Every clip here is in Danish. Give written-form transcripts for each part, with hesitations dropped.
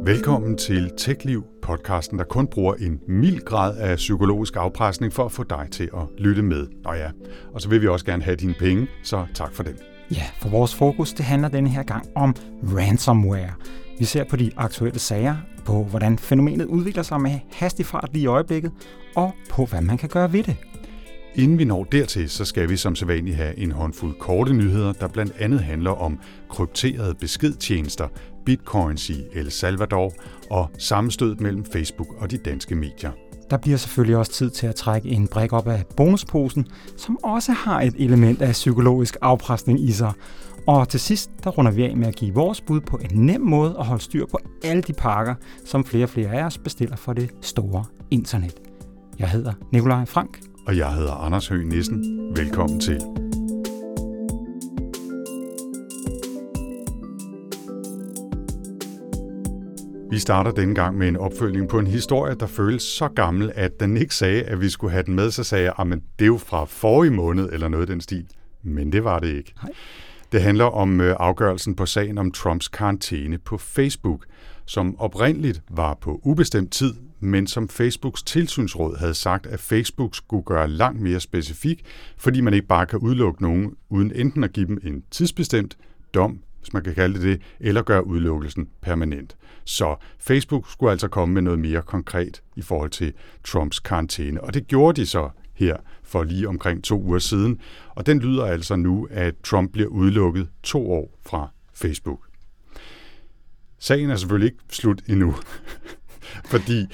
Velkommen til TechLiv, podcasten, der kun bruger en mild grad af psykologisk afpresning for at få dig til at lytte med. Nå ja, og så vil vi også gerne have dine penge, så tak for dem. Ja, for vores fokus det handler denne her gang om ransomware. Vi ser på de aktuelle sager, på hvordan fænomenet udvikler sig med hastig fart lige i øjeblikket, og på hvad man kan gøre ved det. Inden vi når dertil, så skal vi som sædvanligt have en håndfuld korte nyheder, der blandt andet handler om krypterede beskedtjenester, bitcoins i El Salvador og sammenstødet mellem Facebook og de danske medier. Der bliver selvfølgelig også tid til at trække en brik op af bonusposen, som også har et element af psykologisk afpresning i sig. Og til sidst, der runder vi af med at give vores bud på en nem måde at holde styr på alle de pakker, som flere og flere af os bestiller for det store internet. Jeg hedder Nikolaj Frank. Og jeg hedder Anders Høgh Nissen. Velkommen til. Vi starter denne gang med en opfølgning på en historie, der føles så gammel, at den ikke sagde, at vi skulle have den med, så sagde jeg, at det er jo fra forrige måned eller noget i den stil. Men det var det ikke. Hej. Det handler om afgørelsen på sagen om Trumps karantæne på Facebook, som oprindeligt var på ubestemt tid, men som Facebooks tilsynsråd havde sagt, at Facebook skulle gøre langt mere specifik, fordi man ikke bare kan udelukke nogen, uden enten at give dem en tidsbestemt dom, hvis man kan kalde det, eller gøre udelukkelsen permanent. Så Facebook skulle altså komme med noget mere konkret i forhold til Trumps karantæne, og det gjorde de så her for lige omkring 2 uger siden, og den lyder altså nu, at Trump bliver udelukket 2 år fra Facebook. Sagen er selvfølgelig ikke slut endnu, fordi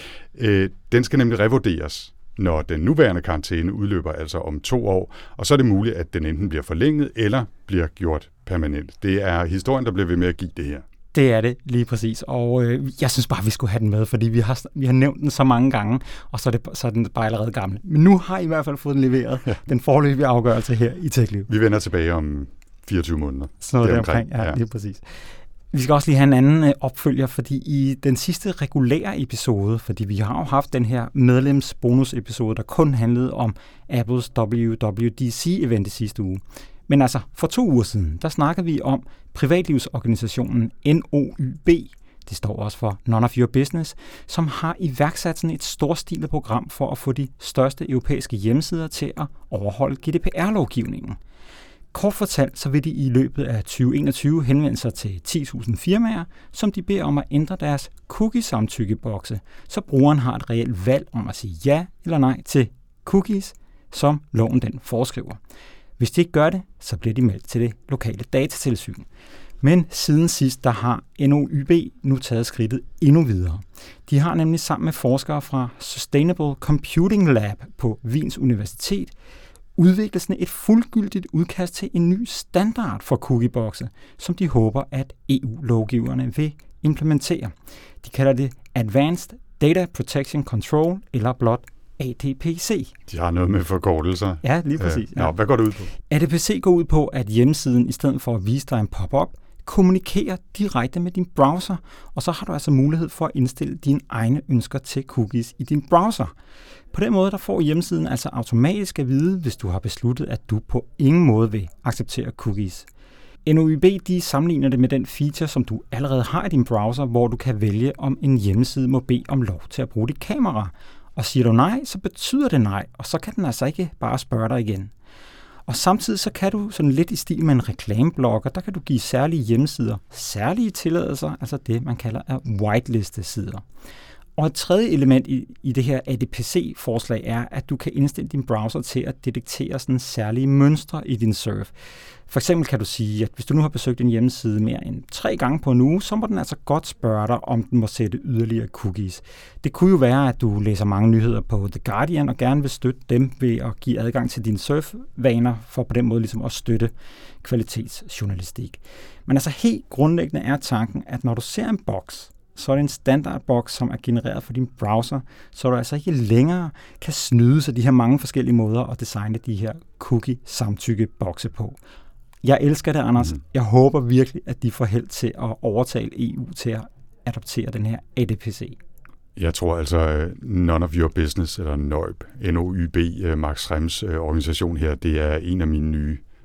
den skal nemlig revurderes, når den nuværende karantæne udløber altså om 2 år, og så er det muligt, at den enten bliver forlænget eller bliver gjort permanent. Det er historien, der bliver ved med at give det her. Det er det lige præcis, og jeg synes bare, vi skulle have den med, fordi vi har nævnt den så mange gange, og så er den bare allerede gammel. Men nu har I hvert fald fået den leveret, den foreløbige afgørelse her i TechLiv. Vi vender tilbage om 24 måneder. Sådan noget deromkring, ja, lige præcis. Vi skal også lige have en anden opfølger, fordi i den sidste regulære episode, fordi vi har jo haft den her medlemsbonusepisode, der kun handlede om Apples WWDC-event i sidste uge. Men altså, for 2 uger siden, der snakkede vi om privatlivsorganisationen NOYB, det står også for None of Your Business, som har iværksat sådan et storstilet program for at få de største europæiske hjemmesider til at overholde GDPR-lovgivningen. Kort fortalt, så vil de i løbet af 2021 henvende sig til 10.000 firmaer, som de beder om at ændre deres cookie-samtykkebokse, så brugeren har et reelt valg om at sige ja eller nej til cookies, som loven den foreskriver. Hvis de ikke gør det, så bliver de meldt til det lokale datatilsyn. Men siden sidst, der har NOYB nu taget skridtet endnu videre. De har nemlig sammen med forskere fra Sustainable Computing Lab på Wiens Universitet udviklet sådan et fuldgyldigt udkast til en ny standard for cookiebokse, som de håber, at EU-lovgiverne vil implementere. De kalder det Advanced Data Protection Control, eller blot ADPC. De har noget med forkortelser. Ja, lige præcis. Ja. Nå, hvad går det ud på? ADPC går ud på, at hjemmesiden, i stedet for at vise dig en pop-up, kommunikerer direkte med din browser, og så har du altså mulighed for at indstille dine egne ønsker til cookies i din browser. På den måde der får hjemmesiden altså automatisk at vide, hvis du har besluttet, at du på ingen måde vil acceptere cookies. NOYB de sammenligner det med den feature, som du allerede har i din browser, hvor du kan vælge, om en hjemmeside må bede om lov til at bruge dit kamera. Og siger du nej, så betyder det nej, og så kan den altså ikke bare spørge dig igen. Og samtidig så kan du sådan lidt i stil med en reklameblogger, der kan du give særlige hjemmesider, særlige tilladelser, altså det man kalder af whiteliste-sider. Og et tredje element i det her ADPC-forslag er, at du kan indstille din browser til at detektere sådan særlige mønstre i din surf. For eksempel kan du sige, at hvis du nu har besøgt en hjemmeside mere end 3 gange på en uge, så må den altså godt spørge dig, om den må sætte yderligere cookies. Det kunne jo være, at du læser mange nyheder på The Guardian og gerne vil støtte dem ved at give adgang til dine surfvaner, for på den måde ligesom at støtte kvalitetsjournalistik. Men altså helt grundlæggende er tanken, at når du ser en boks, så er det en standardboks, som er genereret for din browser, så du altså ikke længere kan snyde sig de her mange forskellige måder at designe de her cookie-samtykke-bokse på. Jeg elsker det, Anders. Jeg håber virkelig, at de får held til at overtale EU til at adoptere den her ADPC. Jeg tror altså, None of Your Business, eller NOYB, Max Schrems organisation her, det er en af mine nye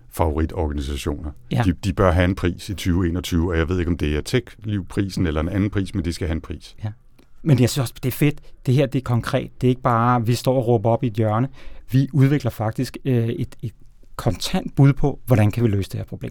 favoritorganisationer. Ja. De bør have en pris i 2021, og jeg ved ikke, om det er Tech-Liv-prisen eller en anden pris, men de skal have en pris. Ja. Men jeg synes også, det er fedt. Det her, det er konkret. Det er ikke bare, vi står og råber op i et hjørne. Vi udvikler faktisk et kontant bud på, hvordan kan vi løse det her problem.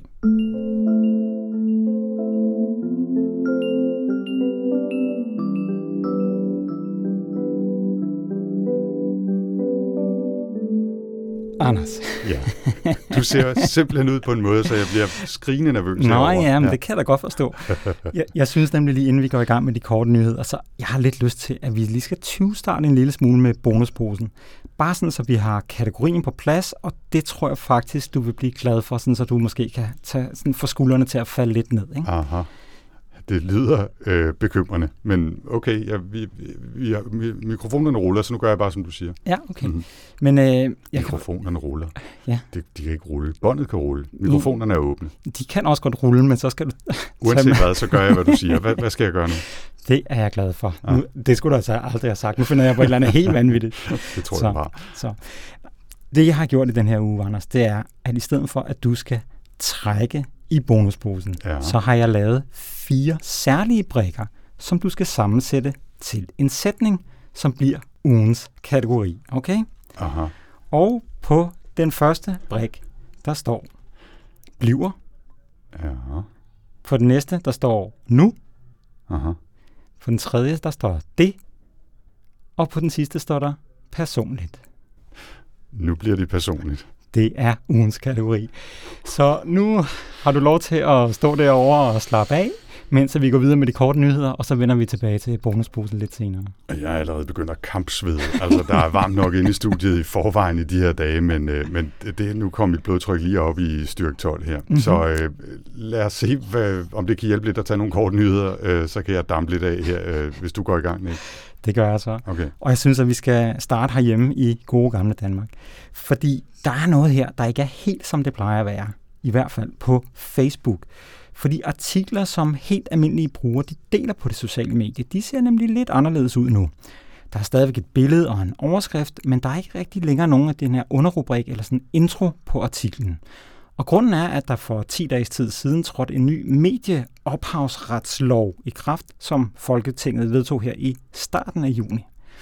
Anders. Ja. Du ser simpelthen ud på en måde, så jeg bliver skrigende nervøs. Nå ja, men det kan jeg da godt forstå. Jeg synes nemlig lige, inden vi går i gang med de korte nyheder, så jeg har lidt lyst til, at vi lige skal tyvstarte en lille smule med bonusposen. Bare sådan, så vi har kategorien på plads, og det tror jeg faktisk, du vil blive glad for, sådan, så du måske kan tage sådan, få skuldrene til at falde lidt ned. Ikke? Aha. Det lyder bekymrende, men okay, mikrofonerne ruller, så nu gør jeg bare, som du siger. Ja, okay. Mm-hmm. Men, mikrofonerne ruller. Ja. De kan ikke rulle. Båndet kan rulle. Mikrofonerne er åbne. De kan også godt rulle, men så skal du... Uanset hvad, så gør jeg, hvad du siger. Hvad skal jeg gøre nu? Det er jeg glad for. Ja. Nu, det skulle du altså aldrig have sagt. Nu finder jeg på et eller andet helt vanvittigt. Det tror jeg bare. Så. Det, jeg har gjort i den her uge, Anders, det er, at i stedet for, at du skal trække i bonusposen, så har jeg lavet 4 særlige brikker, som du skal sammensætte til en sætning, som bliver ugens kategori. Okay? Aha. Og på den første brik, der står bliver. Ja. På den næste, der står nu. Aha. På den tredje, der står det. Og på den sidste står der personligt. Nu bliver det personligt. Det er ugens kategori. Så nu har du lov til at stå derovre og slappe af, mens vi går videre med de korte nyheder, og så vender vi tilbage til bonusposen lidt senere. Jeg er allerede begyndt at kampsvede. Altså, der er varmt nok inde i studiet i forvejen i de her dage, men nu kom mit blodtryk lige op i styrke 12 her. Mm-hmm. Så lad os se, om det kan hjælpe lidt at tage nogle korte nyheder, så kan jeg dampe lidt af her, hvis du går i gang, ikke? Det gør jeg så. Okay. Og jeg synes, at vi skal starte herhjemme i gode gamle Danmark. Fordi der er noget her, der ikke er helt som det plejer at være. I hvert fald på Facebook. Fordi artikler, som helt almindelige brugere, de deler på det sociale medie, de ser nemlig lidt anderledes ud nu. Der er stadigvæk et billede og en overskrift, men der er ikke rigtig længere nogen af den her underrubrik eller sådan intro på artiklen. Og grunden er, at der for 10 dages tid siden trådte en ny medieophavsretslov i kraft, som Folketinget vedtog her i starten af juni.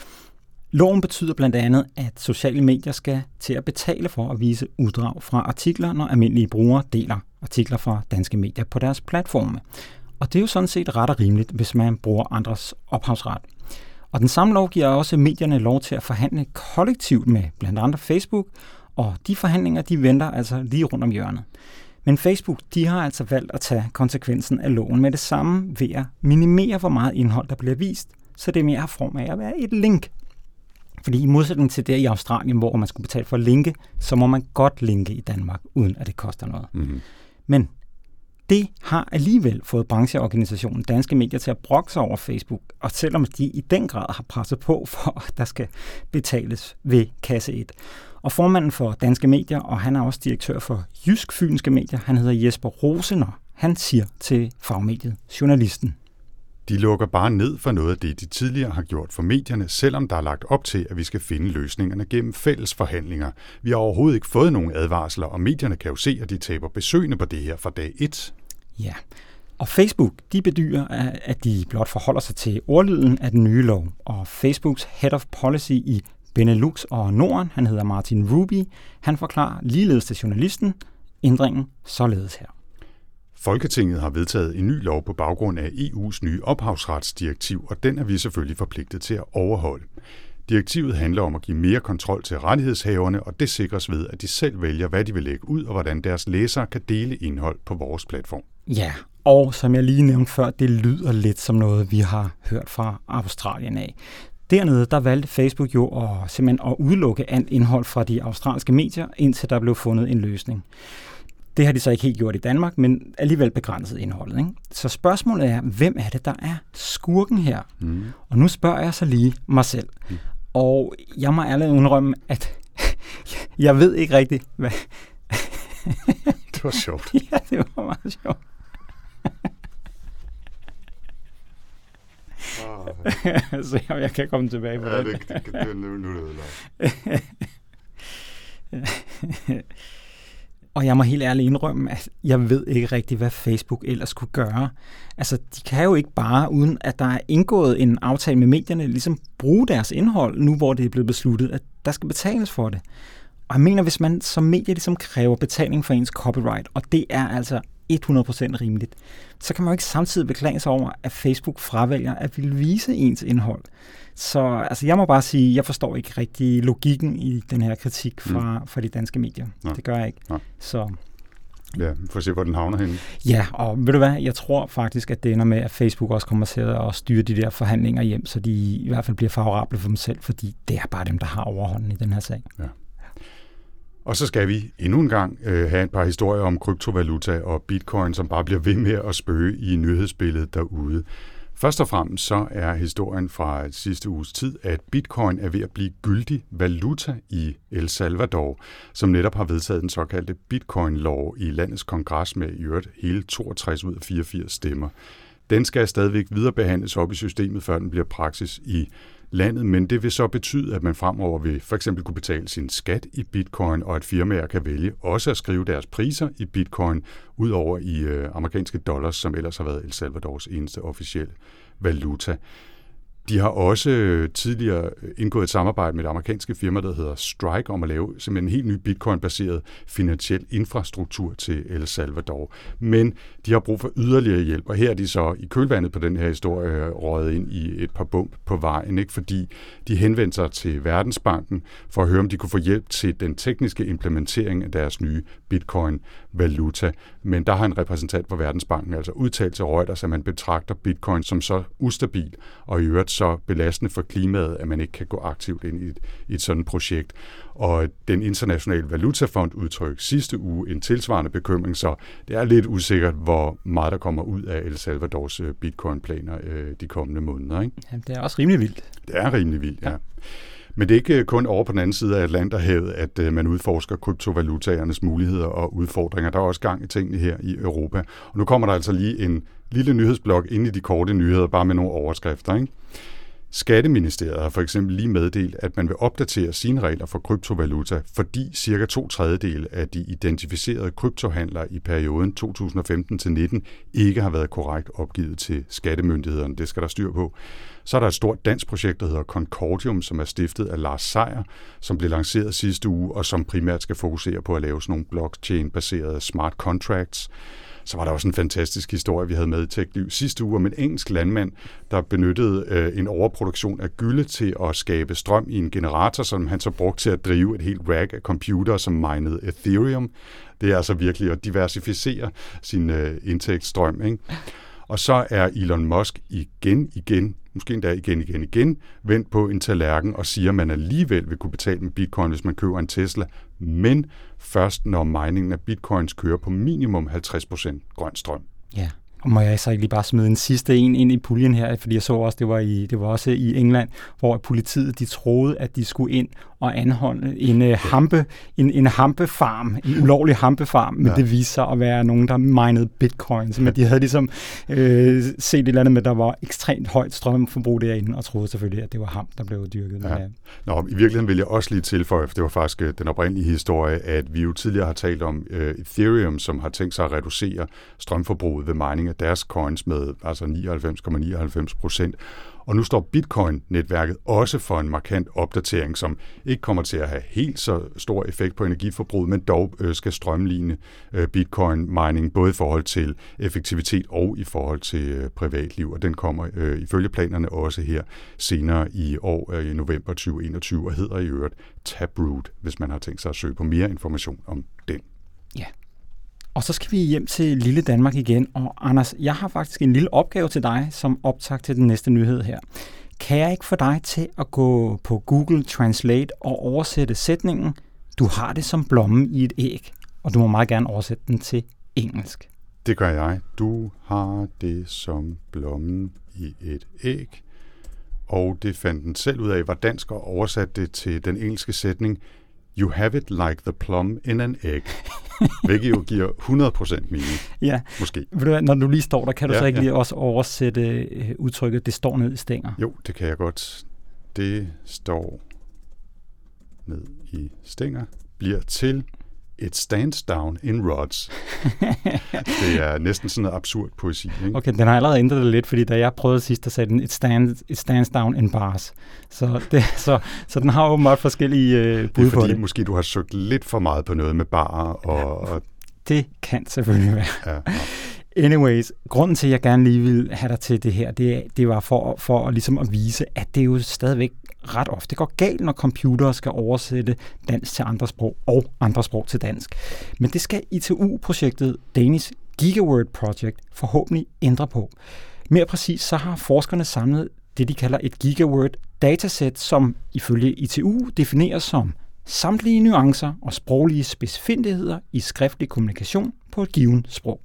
Loven betyder blandt andet, at sociale medier skal til at betale for at vise uddrag fra artikler, når almindelige brugere deler artikler fra danske medier på deres platforme. Og det er jo sådan set ret og rimeligt, hvis man bruger andres ophavsret. Og den samme lov giver også medierne lov til at forhandle kollektivt med blandt andre Facebook, og de forhandlinger, de venter altså lige rundt om hjørnet. Men Facebook, de har altså valgt at tage konsekvensen af loven med det samme ved at minimere, hvor meget indhold, der bliver vist, så det er mere form af at være et link. Fordi i modsætning til det i Australien, hvor man skulle betale for at linke, så må man godt linke i Danmark, uden at det koster noget. Mm-hmm. Men det har alligevel fået brancheorganisationen Danske Medier til at brokke sig over Facebook, og selvom de i den grad har presset på for, at der skal betales ved kasse 1. Og formanden for Danske Medier, og han er også direktør for Jysk Fynske Medier, han hedder Jesper Rosener, han siger til fagmediet Journalisten: De lukker bare ned for noget af det, de tidligere har gjort for medierne, selvom der er lagt op til, at vi skal finde løsningerne gennem fælles forhandlinger. Vi har overhovedet ikke fået nogen advarsler, og medierne kan jo se, at de taber besøgende på det her fra dag 1. Ja, og Facebook, de bedyrer, at de blot forholder sig til ordlyden af den nye lov. Og Facebooks Head of Policy i Benelux og Norden, han hedder Martin Ruby, han forklarer ligeledes til Journalisten ændringen således her. Folketinget har vedtaget en ny lov på baggrund af EU's nye ophavsretsdirektiv, og den er vi selvfølgelig forpligtet til at overholde. Direktivet handler om at give mere kontrol til rettighedshaverne, og det sikres ved, at de selv vælger, hvad de vil lægge ud, og hvordan deres læsere kan dele indhold på vores platform. Ja, og som jeg lige nævnte før, det lyder lidt som noget, vi har hørt fra Australien af. Dernede, der valgte Facebook jo simpelthen at udelukke alt indhold fra de australske medier, indtil der blev fundet en løsning. Det har de så ikke helt gjort i Danmark, men alligevel begrænset indholdet. Ikke? Så spørgsmålet er, hvem er det, der er skurken her? Mm. Og nu spørger jeg så lige mig selv. Mm. Og jeg må ærligt indrømme, at jeg ved ikke rigtigt, hvad... Det var sjovt. Ja, det var meget sjovt. Så jeg kan komme tilbage på det. Ja, det er nu ødelagt. Og jeg må helt ærligt indrømme, at jeg ved ikke rigtig, hvad Facebook ellers skulle gøre. Altså, de kan jo ikke bare, uden at der er indgået en aftale med medierne, ligesom bruge deres indhold, nu hvor det er blevet besluttet, at der skal betales for det. Og jeg mener, hvis man som medie ligesom kræver betaling for ens copyright, og det er altså 100% rimeligt, så kan man jo ikke samtidig beklage sig over, at Facebook fravælger at ville vise ens indhold. Så altså, jeg må bare sige, jeg forstår ikke rigtig logikken i den her kritik fra de danske medier. Nej. Det gør jeg ikke. Nej. Så ja, vi får se, hvor den havner henne. Ja, og ved du hvad, jeg tror faktisk, at det ender med, at Facebook også kommer til at styre de der forhandlinger hjem, så de i hvert fald bliver favorable for dem selv, fordi det er bare dem, der har overhånden i den her sag. Ja. Og så skal vi endnu en gang have et par historier om kryptovaluta og bitcoin, som bare bliver ved med at spøge i nyhedsbilledet derude. Først og fremmest så er historien fra sidste uges tid, at bitcoin er ved at blive gyldig valuta i El Salvador, som netop har vedtaget den såkaldte bitcoin-lov i landets kongres med i øvrigt hele 62 ud af 84 stemmer. Den skal stadigvæk viderebehandles op i systemet, før den bliver praksis i landet, men det vil så betyde, at man fremover vil for eksempel kunne betale sin skat i bitcoin, og at firmaer kan vælge også at skrive deres priser i bitcoin, udover i amerikanske dollars, som ellers har været El Salvadors eneste officielle valuta. De har også tidligere indgået et samarbejde med det amerikanske firma, der hedder Strike, om at lave simpelthen en helt ny bitcoin-baseret finansiel infrastruktur til El Salvador. Men de har brug for yderligere hjælp, og her er de så i kølvandet på den her historie røget ind i et par bump på vejen, ikke? Fordi de henvendte sig til Verdensbanken for at høre, om de kunne få hjælp til den tekniske implementering af deres nye bitcoin-valuta. Men der har en repræsentant for Verdensbanken altså udtalt til Reuters, at man betragter bitcoin som så ustabil og i øvrigt så belastende for klimaet, at man ikke kan gå aktivt ind i et sådan projekt. Og den internationale valutafond udtrykte sidste uge en tilsvarende bekymring, så det er lidt usikkert, hvor meget der kommer ud af El Salvadors bitcoin-planer de kommende måneder. Ikke? Jamen, det er også rimelig vildt. Det er rimelig vildt, ja. Men det er ikke kun over på den anden side af Atlanterhavet, at man udforsker kryptovalutaernes muligheder og udfordringer. Der er også gang i tingene her i Europa. Og nu kommer der altså lige en lille nyhedsblok ind i de korte nyheder, bare med nogle overskrifter, ikke? Skatteministeriet har for eksempel lige meddelt, at man vil opdatere sine regler for kryptovaluta, fordi ca. 2/3 af de identificerede kryptohandlere i perioden 2015-19 ikke har været korrekt opgivet til skattemyndighederne. Det skal der styr på. Så er der et stort dansk projekt, der hedder Concordium, som er stiftet af Lars Seier, som blev lanceret sidste uge, og som primært skal fokusere på at lave sådan nogle blockchain-baserede smart contracts. Så var der også en fantastisk historie, vi havde med i TechLiv sidste uge om en engelsk landmand, der benyttede en overproduktion af gylde til at skabe strøm i en generator, som han så brugte til at drive et helt rack af computere, som minede Ethereum. Det er altså virkelig at diversificere sin indtægtsstrøm, ikke? Og så er Elon Musk igen, måske endda igen, vendt på en tallerken og siger, at man alligevel vil kunne betale med bitcoin, hvis man køber en Tesla, men først når miningen af bitcoins kører på minimum 50% grøn strøm. Ja. Og må jeg så ikke lige bare smide en sidste en ind i puljen her, fordi jeg så også, det var også i England, hvor politiet de troede, at de skulle ind og anholde en hampefarm, en ulovlig hampefarm, men det viste sig at være nogen, der minede bitcoins, men de havde ligesom set et eller andet med, der var ekstremt højt strømforbrug derinde, og troede selvfølgelig, at det var ham, der blev dyrket. Ja. Nå, i virkeligheden vil jeg også lige tilføje, for det var faktisk den oprindelige historie, at vi jo tidligere har talt om Ethereum, som har tænkt sig at reducere strømforbruget ved mining af deres coins med altså 99,99%. Og nu står Bitcoin-netværket også for en markant opdatering, som ikke kommer til at have helt så stor effekt på energiforbruget, men dog skal strømline Bitcoin-mining både i forhold til effektivitet og i forhold til privatliv. Og den kommer ifølge planerne også her senere i år, i november 2021, og hedder i øvrigt Taproot, hvis man har tænkt sig at søge på mere information om den. Ja. Og så skal vi hjem til lille Danmark igen, og Anders, jeg har faktisk en lille opgave til dig, som optag til den næste nyhed her. Kan jeg ikke få dig til at gå på Google Translate og oversætte sætningen, du har det som blommen i et æg, og du må meget gerne oversætte den til engelsk. Det gør jeg. Du har det som blommen i et æg, og det fandt den selv ud af, var dansk og oversatte det til den engelske sætning, you have it like the plum in an egg. Hvilket jo giver 100% mening. Ja. Måske. Ved du hvad, når du lige står der, kan du så ikke lige også oversætte udtrykket, det står ned i stænger? Jo, det kan jeg godt. Det står ned i stænger, bliver til It stands down in rods. Det er næsten sådan noget absurd poesi, ikke? Okay, den har allerede ændret det lidt, fordi da jeg prøvede sidst, der sagde den, it stands down in bars. Så den har åbenbart forskellige bud på det. Det er fordi, måske du har søgt lidt for meget på noget med barer og... Det kan selvfølgelig være. Ja. Anyways, grunden til, at jeg gerne lige vil have dig til det her, det var for ligesom at vise, at det jo stadigvæk ret ofte går galt, når computere skal oversætte dansk til andre sprog og andre sprog til dansk. Men det skal ITU-projektet Danish GigaWord Project forhåbentlig ændre på. Mere præcis så har forskerne samlet det, de kalder et GigaWord dataset, som ifølge ITU defineres som samtlige nuancer og sproglige specifikheder i skriftlig kommunikation på et givet sprog.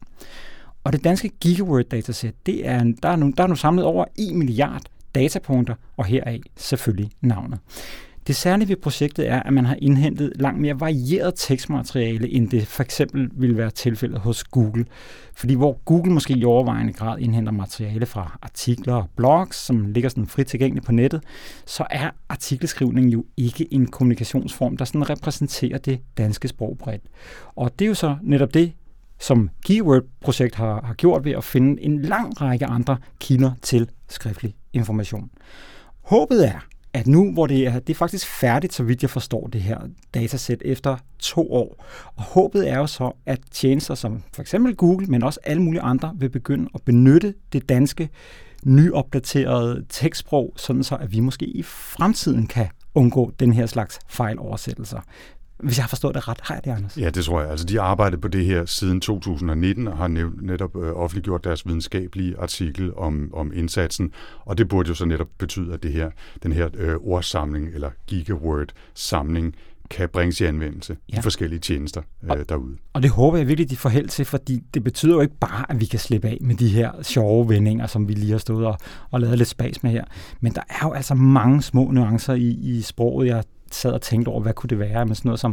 Og det danske GigaWord-dataset, der er nu samlet over 1 milliard datapunkter, og heraf selvfølgelig navnet. Det særlige ved projektet er, at man har indhentet langt mere varieret tekstmateriale, end det for eksempel ville være tilfældet hos Google. Fordi hvor Google måske i overvejende grad indhenter materiale fra artikler og blogs, som ligger sådan frit tilgængeligt på nettet, så er artikelskrivning jo ikke en kommunikationsform, der sådan repræsenterer det danske sprog bredt. Og det er jo så netop det, som GigaWord-projekt har gjort ved at finde en lang række andre kilder til skriftlig information. Håbet er, at nu, hvor det er faktisk færdigt, så vidt jeg forstår det her datasæt efter 2 år, og håbet er jo så, at tjenester som for eksempel Google, men også alle mulige andre, vil begynde at benytte det danske nyopdaterede tekstsprog, sådan så at vi måske i fremtiden kan undgå den her slags fejloversættelser. Hvis jeg har forstået det ret, har jeg det, Anders? Ja, det tror jeg. Altså, de har arbejdet på det her siden 2019 og har netop offentliggjort deres videnskabelige artikel om indsatsen, og det burde jo så netop betyde, at den her ordsamling eller GigaWord-samling kan bringes i anvendelse i forskellige tjenester derude. Og det håber jeg virkelig, de får held til, fordi det betyder jo ikke bare, at vi kan slippe af med de her sjove vendinger, som vi lige har stået og lavet lidt spas med her. Men der er jo altså mange små nuancer i sproget. Jeg sad og tænkte over, hvad kunne det være med sådan noget som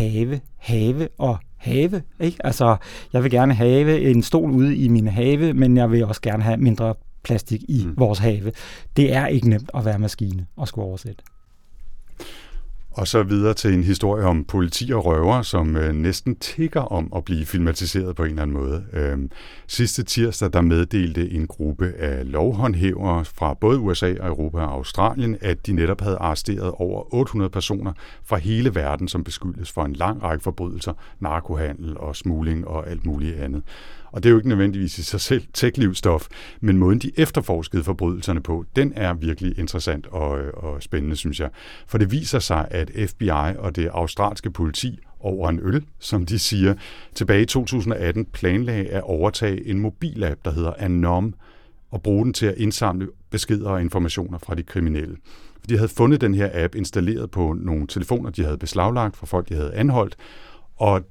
have og have, ikke? Altså, jeg vil gerne have en stol ude i min have, men jeg vil også gerne have mindre plastik i vores have. Det er ikke nemt at være maskine og skulle oversætte. Og så videre til en historie om politi og røver, som næsten tigger om at blive filmatiseret på en eller anden måde. Sidste tirsdag, der meddelte en gruppe af lovhåndhævere fra både USA og Europa og Australien, at de netop havde arresteret over 800 personer fra hele verden, som beskyldes for en lang række forbrydelser, narkohandel og smugling og alt muligt andet. Og det er jo ikke nødvendigvis i sig selv tech-livsstof, men måden de efterforskede forbrydelserne på, den er virkelig interessant og spændende, synes jeg. For det viser sig, at FBI og det australske politi over en øl, som de siger, tilbage i 2018 planlagde at overtage en mobilapp, der hedder Anom, og bruge den til at indsamle beskeder og informationer fra de kriminelle. De havde fundet den her app installeret på nogle telefoner, de havde beslaglagt fra folk, de havde anholdt, og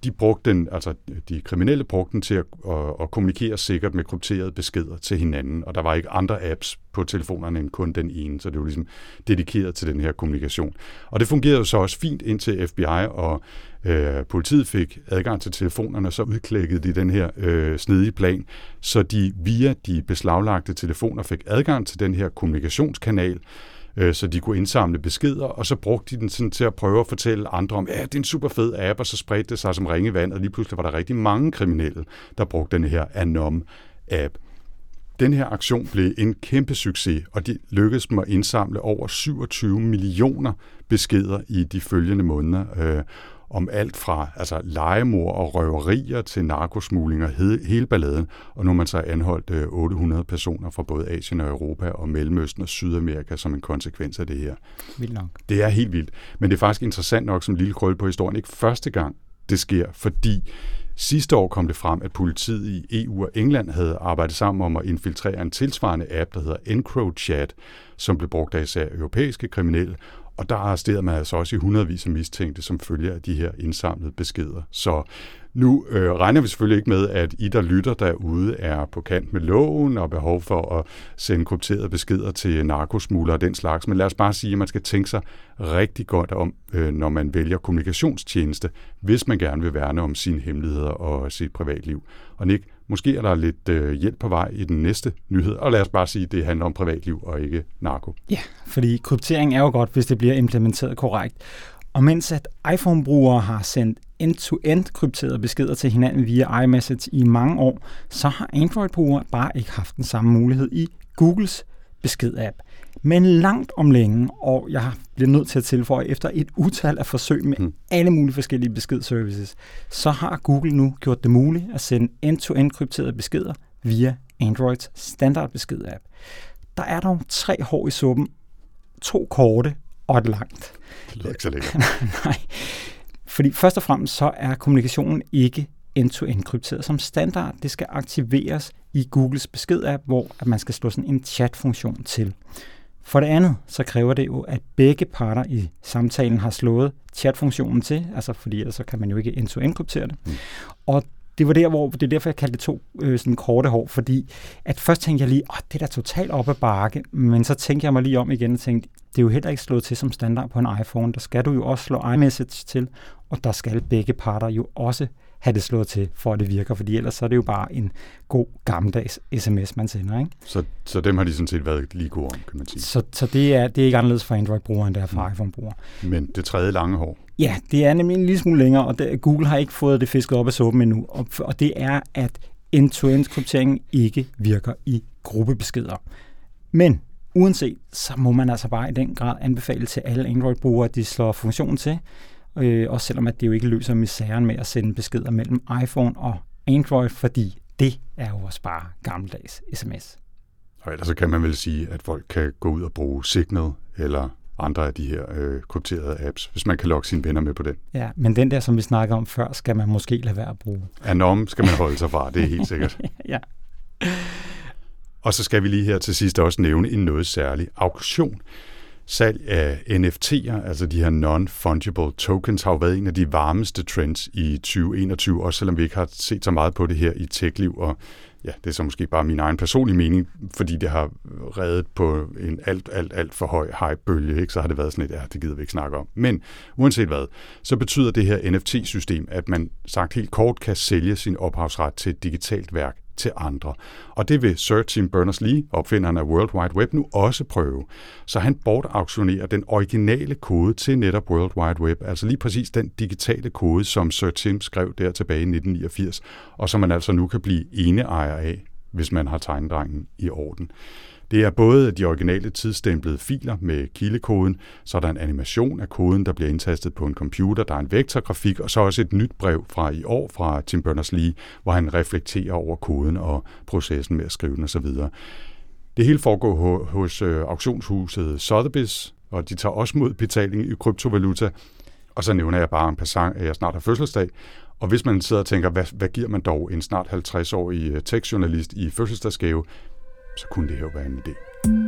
de kriminelle brugte den til at kommunikere sikkert med krypterede beskeder til hinanden, og der var ikke andre apps på telefonerne end kun den ene, så det var ligesom dedikeret til den her kommunikation. Og det fungerede jo så også fint, indtil FBI og politiet fik adgang til telefonerne, så udklækkede de den her snedige plan, så de via de beslaglagte telefoner fik adgang til den her kommunikationskanal, så de kunne indsamle beskeder, og så brugte de den sådan til at prøve at fortælle andre om, ja, det er en super fed app, og så spredte det sig som ringe i vand, og lige pludselig var der rigtig mange kriminelle, der brugte den her Anom-app. Den her aktion blev en kæmpe succes, og de lykkedes dem at indsamle over 27 millioner beskeder i de følgende måneder, om alt fra legemord og røverier til narkosmugling og hele balladen, og nu har man så anholdt 800 personer fra både Asien og Europa og Mellemøsten og Sydamerika som en konsekvens af det her. Vildt nok. Det er helt vildt, men det er faktisk interessant nok som lille krølle på historien. Ikke første gang det sker, fordi sidste år kom det frem, at politiet i EU og England havde arbejdet sammen om at infiltrere en tilsvarende app, der hedder EncroChat, som blev brugt af især europæiske kriminelle, og der arresterede man altså også i hundredvis af mistænkte, som følger af de her indsamlede beskeder. Så nu regner vi selvfølgelig ikke med, at I, der lytter derude, er på kant med loven og behov for at sende krypterede beskeder til narkosmuglere og den slags. Men lad os bare sige, at man skal tænke sig rigtig godt om, når man vælger kommunikationstjeneste, hvis man gerne vil værne om sine hemmeligheder og sit privatliv. Og Nick, måske er der lidt hjælp på vej i den næste nyhed, og lad os bare sige, at det handler om privatliv og ikke narko. Ja, fordi kryptering er jo godt, hvis det bliver implementeret korrekt. Og mens at iPhone-brugere har sendt end-to-end krypterede beskeder til hinanden via iMessage i mange år, så har Android-brugere bare ikke haft den samme mulighed i Googles besked-app. Men langt om længe, og jeg bliver nødt til at tilføje, efter et utal af forsøg med alle mulige forskellige beskedservices, så har Google nu gjort det muligt at sende end-to-end krypterede beskeder via Androids standardbesked-app. Der er dog 3 hår i suppen, 2 korte og et langt. Det lyder ikke så lækkert. Nej, fordi først og fremmest så er kommunikationen ikke end-to-end krypteret som standard. Det skal aktiveres i Googles besked-app, hvor at man skal slå sådan en chat-funktion til. For det andet, så kræver det jo, at begge parter i samtalen har slået chat-funktionen til, altså fordi ellers så kan man jo ikke end-to-end kryptere det. Og det var det er derfor, jeg kaldte det 2 sådan korte hår, fordi at først tænkte jeg lige, det er da totalt op ad bakke, men så tænkte jeg mig lige om igen og tænkte, det er jo heller ikke slået til som standard på en iPhone. Der skal du jo også slå iMessage til, og der skal begge parter jo også have det slået til, for at det virker, fordi ellers så er det jo bare en god gammeldags sms, man sender, ikke? Så dem har de sådan set været lige gode om, kan man sige. Så det er ikke anderledes for Android-brugere, end det er for iPhone-brugere. Men det tredje lange hår? Ja, det er nemlig en lille smule længere, og Google har ikke fået det fisket op af suppen endnu, og det er, at end-to-end krypteringen ikke virker i gruppebeskeder. Men uanset, så må man altså bare i den grad anbefale til alle Android-brugere, at de slår funktionen til, også selvom at det jo ikke løser misæren med at sende beskeder mellem iPhone og Android, fordi det er jo også bare gammeldags sms. Og ellers så kan man vel sige, at folk kan gå ud og bruge Signal eller andre af de her krypterede apps, hvis man kan logge sine venner med på den. Ja, men den der, som vi snakker om før, skal man måske lade være at bruge. Anom skal man holde sig fra, det er helt sikkert. Ja. Og så skal vi lige her til sidst også nævne en noget særlig auktion. Salg af NFT'er, altså de her non-fungible tokens, har jo været en af de varmeste trends i 2021, også selvom vi ikke har set så meget på det her i tech-liv, og ja, det er så måske bare min egen personlige mening, fordi det har reddet på en alt for høj hype-bølge, ikke? Så har det været sådan et, det gider vi ikke snakke om. Men uanset hvad, så betyder det her NFT-system, at man sagt helt kort kan sælge sin ophavsret til et digitalt værk til andre. Og det vil Sir Tim Berners-Lee, opfinderen af World Wide Web, nu også prøve. Så han bortauktionerer den originale kode til netop World Wide Web, altså lige præcis den digitale kode, som Sir Tim skrev der tilbage i 1989, og som man altså nu kan blive eneejer af, hvis man har tegnedrengen i orden. Det er både de originale tidsstemplede filer med kildekoden, så er der en animation af koden, der bliver indtastet på en computer, der er en vektorgrafik, og så også et nyt brev fra i år fra Tim Berners-Lee, hvor han reflekterer over koden og processen med at skrive den osv. Det hele foregår hos auktionshuset Sotheby's, og de tager også mod betaling i kryptovaluta. Og så nævner jeg bare en passant, at jeg snart har fødselsdag. Og hvis man sidder og tænker, hvad giver man dog en snart 50-årig tekstjournalist i fødselsdagsgave, så kunne det her jo være en idé.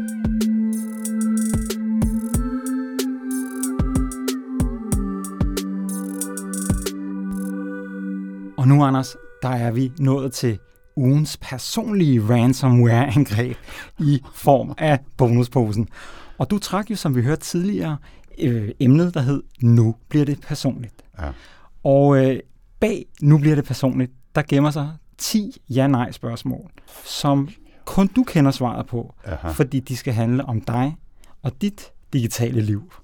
Og nu, Anders, der er vi nået til ugens personlige ransomware-angreb i form af bonusposen. Og du trak jo, som vi hørte tidligere, emnet, der hed Nu bliver det personligt. Ja. Og bag Nu bliver det personligt, der gemmer sig 10 ja-nej-spørgsmål, som kun du kender svaret på, fordi de skal handle om dig og dit digitale liv.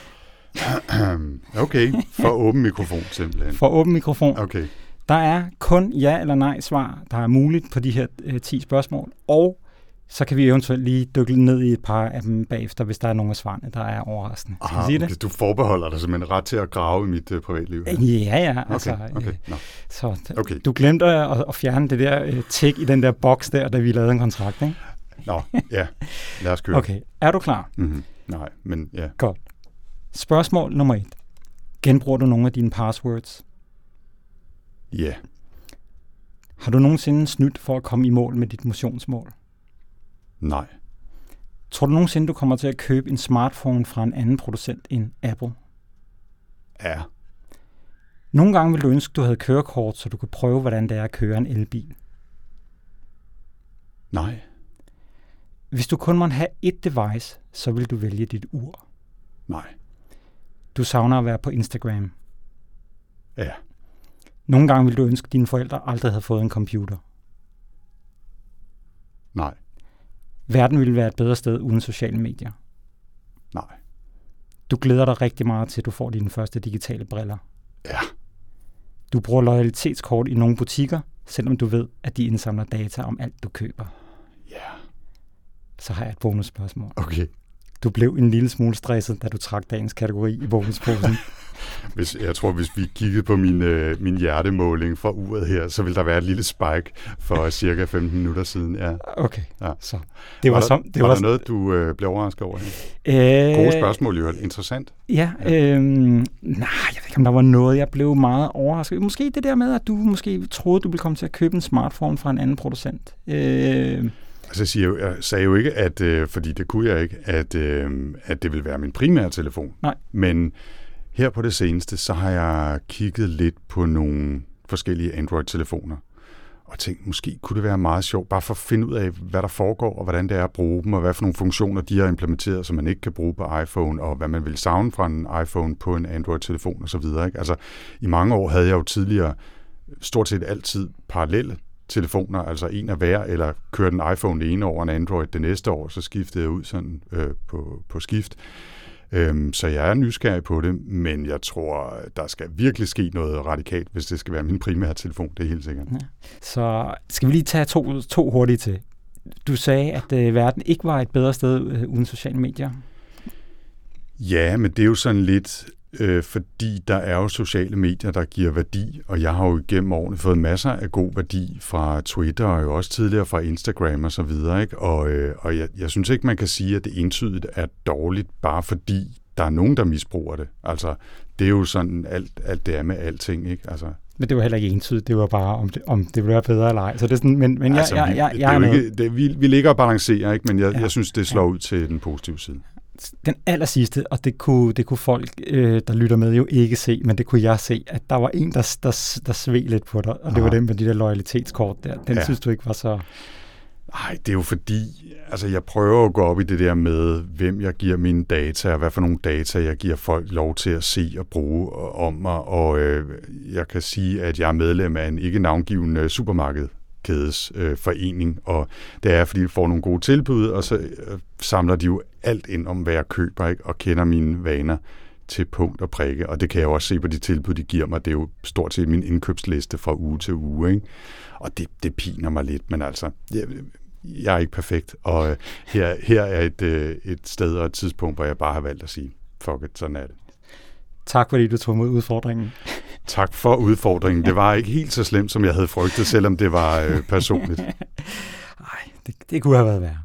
Okay, for åben mikrofon simpelthen. For åben mikrofon. Okay. Der er kun ja eller nej svar, der er muligt på de her 10 spørgsmål, og så kan vi eventuelt lige dykke ned i et par af dem bagefter, hvis der er nogle af svarene, der er overraskende. Skal jeg sige det? Okay. Du forbeholder dig simpelthen ret til at grave i mit privatliv. Ja. Altså, okay. No. Så du glemte at fjerne det der tik i den der boks der, da vi lavede en kontrakt, ikke? Nå, ja. Lad os køre. Okay, er du klar? Mm-hmm. Nej, men ja. Godt. Spørgsmål nummer 1. Genbruger du nogle af dine passwords? Ja. Yeah. Har du nogensinde snydt for at komme i mål med dit motionsmål? Nej. Tror du nogensinde, du kommer til at købe en smartphone fra en anden producent end Apple? Ja. Nogle gange vil du ønske, du havde kørekort, så du kan prøve, hvordan det er at køre en elbil. Nej. Hvis du kun måtte have ét device, så vil du vælge dit ur. Nej. Du savner at være på Instagram. Ja. Nogle gange vil du ønske, at dine forældre aldrig havde fået en computer. Nej. Verden ville være et bedre sted uden sociale medier. Nej. Du glæder dig rigtig meget til, at du får dine første digitale briller. Ja. Du bruger loyalitetskort i nogle butikker, selvom du ved, at de indsamler data om alt, du køber. Ja. Yeah. Så har jeg et bonusspørgsmål. Okay. Du blev en lille smule stresset, da du trak dagens kategori i bonusposen. Jeg tror, hvis vi kiggede på min hjertemåling fra uret her, så ville der være et lille spike for cirka 15 minutter siden. Ja. Okay, ja. Så var der noget, du blev overrasket over her? Gode spørgsmål, jo. Interessant. Ja, nej, jeg ved ikke, om der var noget, jeg blev meget overrasket. Måske det der med, at du måske troede, du ville komme til at købe en smartphone fra en anden producent. Altså, jeg sagde jo ikke, at, fordi det kunne jeg ikke, at det ville være min primære telefon. Nej. Men her på det seneste, så har jeg kigget lidt på nogle forskellige Android-telefoner, og tænkt, måske kunne det være meget sjovt, bare for at finde ud af, hvad der foregår, og hvordan det er at bruge dem, og hvad for nogle funktioner de har implementeret, som man ikke kan bruge på iPhone, og hvad man vil savne fra en iPhone på en Android-telefon osv. Altså, i mange år havde jeg jo tidligere stort set altid parallelle telefoner, altså en af hver, eller kørte en iPhone det ene år og en Android det næste år, så skiftede jeg ud sådan på skift. Så jeg er nysgerrig på det, men jeg tror, der skal virkelig ske noget radikalt, hvis det skal være min primære telefon, det er helt sikkert. Ja. Så skal vi lige tage to hurtigt til. Du sagde, at verden ikke var et bedre sted uden sociale medier. Ja, men det er jo sådan lidt, fordi der er jo sociale medier, der giver værdi, og jeg har jo gennem årene fået masser af god værdi fra Twitter, og jo også tidligere fra Instagram og så videre, ikke? Og jeg synes ikke, man kan sige, at det entydigt er dårligt, bare fordi der er nogen, der misbruger det. Altså, det er jo sådan alt det er med alting, ikke? Altså, men det var heller ikke entydigt, det var bare, om det ville være bedre eller ej. Så det er sådan, men altså, vi ligger og balancerer, ikke? Men jeg synes, det slår ud til den positive side. Den allersidste, og det kunne folk, der lytter med, jo ikke se, men det kunne jeg se, at der var en, der sved lidt på dig, og det var den med de der loyalitetskort der. Den synes du ikke var så... Nej, det er jo fordi, altså jeg prøver at gå op i det der med, hvem jeg giver mine data, og hvad for nogle data jeg giver folk lov til at se og bruge om mig, og jeg kan sige, at jeg er medlem af en ikke navngivende supermarkedskædes forening, og det er, fordi de får nogle gode tilbud, og så samler de jo alt ind om, hvad jeg køber, ikke? Og kender mine vaner til punkt og prikke, og det kan jeg jo også se på de tilbud, de giver mig. Det er jo stort set min indkøbsliste fra uge til uge, ikke? Og det piner mig lidt, men altså, jeg er ikke perfekt, og her er et sted og et tidspunkt, hvor jeg bare har valgt at sige, fuck it, sådan er det. Tak fordi du tog mod udfordringen. Tak for udfordringen. Det var ikke helt så slemt, som jeg havde frygtet, selvom det var personligt. Nej, det kunne have været værre.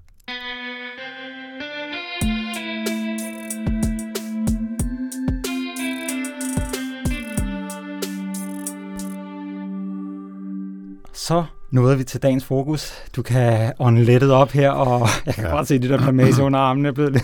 Så nåede vi til dagens fokus. Du kan ånde lettet op her, og jeg kan godt se, at de der plamage under armene er blevet lidt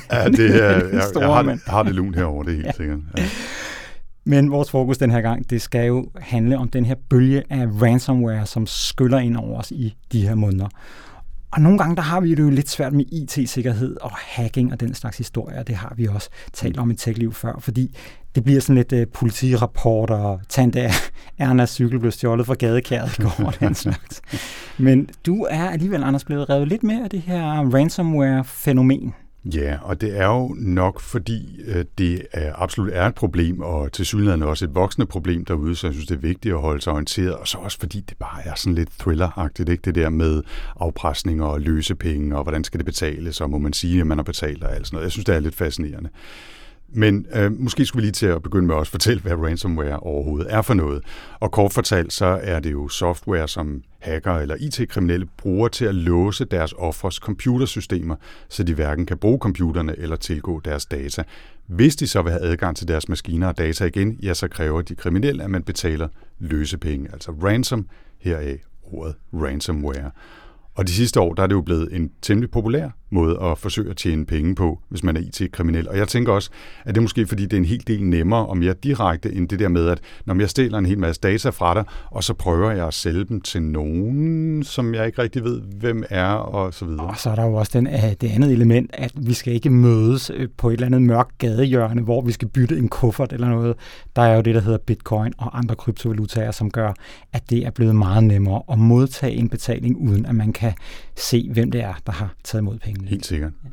store. Jeg har det lunt herovre, det er helt sikkert. Ja. Men vores fokus den her gang, det skal jo handle om den her bølge af ransomware, som skyller ind over os i de her måneder. Og nogle gange, der har vi det jo lidt svært med IT-sikkerhed og hacking og den slags historier. Det har vi også talt om i TechLiv før, fordi det bliver sådan lidt politirapporter og Tante Ernas cykel blev stjålet fra gadekæret i går og den slags. Men du er alligevel, Anders, blevet revet lidt med af det her ransomware-fænomen. Ja, og det er jo nok, fordi det absolut er et problem, og tilsyneladende også et voksende problem derude, så jeg synes, det er vigtigt at holde sig orienteret, og så også fordi det bare er sådan lidt thriller-agtigt, ikke? Det der med afpresning og løsepenge, og hvordan skal det betales, og må man sige, at man har betalt og alt sådan noget. Jeg synes, det er lidt fascinerende. Men måske skulle vi lige til at begynde med at også fortælle, hvad ransomware overhovedet er for noget. Og kort fortalt, så er det jo software, som hacker eller IT-kriminelle bruger til at låse deres ofres computersystemer, så de hverken kan bruge computerne eller tilgå deres data. Hvis de så vil have adgang til deres maskiner og data igen, ja, så kræver de kriminelle, at man betaler løsepenge, altså ransom, heraf ordet ransomware. Og de sidste år, der er det jo blevet en temmelig populær måde at forsøge at tjene penge på, hvis man er IT-kriminel. Og jeg tænker også, at det er måske fordi, det er en helt del nemmere og mere direkte end det der med, at når jeg stjæler en hel masse data fra dig, og så prøver jeg at sælge dem til nogen, som jeg ikke rigtig ved, hvem er, og så videre. Og så er der jo også det andet element, at vi skal ikke mødes på et eller andet mørkt gadehjørne, hvor vi skal bytte en kuffert eller noget. Der er jo det, der hedder bitcoin og andre kryptovalutaer, som gør, at det er blevet meget nemmere at modtage en betaling, uden at man kan se, hvem det er, der har taget imod pengene. Helt sikkert.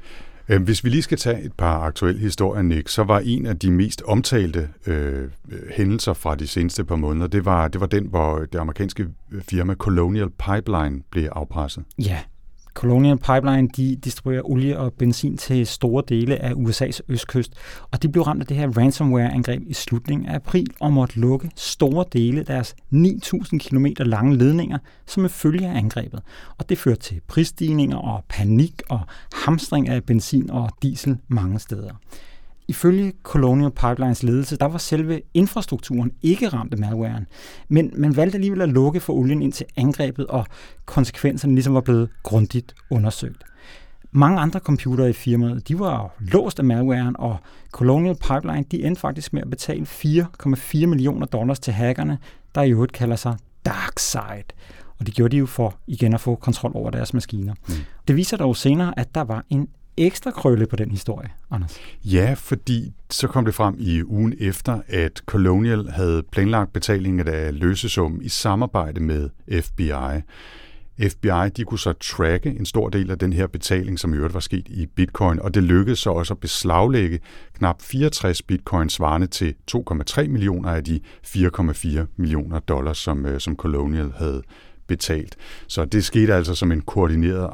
Hvis vi lige skal tage et par aktuelle historier, Nick, så var en af de mest omtalte hændelser fra de seneste par måneder, det var den, hvor det amerikanske firma Colonial Pipeline blev afpresset. Ja, Colonial Pipeline, de distribuerer olie og benzin til store dele af USA's østkyst, og de blev ramt af det her ransomware-angreb i slutningen af april og måtte lukke store dele af deres 9.000 km lange ledninger som en følge af angrebet. Og det førte til prisstigninger og panik og hamstring af benzin og diesel mange steder. Ifølge Colonial Pipelines ledelse, der var selve infrastrukturen ikke ramt af malwaren, men man valgte alligevel at lukke for olien indtil angrebet, og konsekvenserne ligesom var blevet grundigt undersøgt. Mange andre computere i firmaet, de var låst af malwaren, og Colonial Pipeline, de endte faktisk med at betale $4,4 millioner til hackerne, der i øvrigt kalder sig DarkSide. Og det gjorde de jo for igen at få kontrol over deres maskiner. Det viser dog senere, at der var en ekstra krølle på den historie, Anders. Ja, fordi så kom det frem i ugen efter, at Colonial havde planlagt betalingen af løsesummen i samarbejde med FBI. FBI, de kunne så tracke en stor del af den her betaling, som i øvrigt var sket i bitcoin, og det lykkedes så også at beslaglægge knap 64 bitcoin svarende til 2,3 millioner af de $4,4 millioner, som Colonial havde betalt. Så det skete altså som en koordineret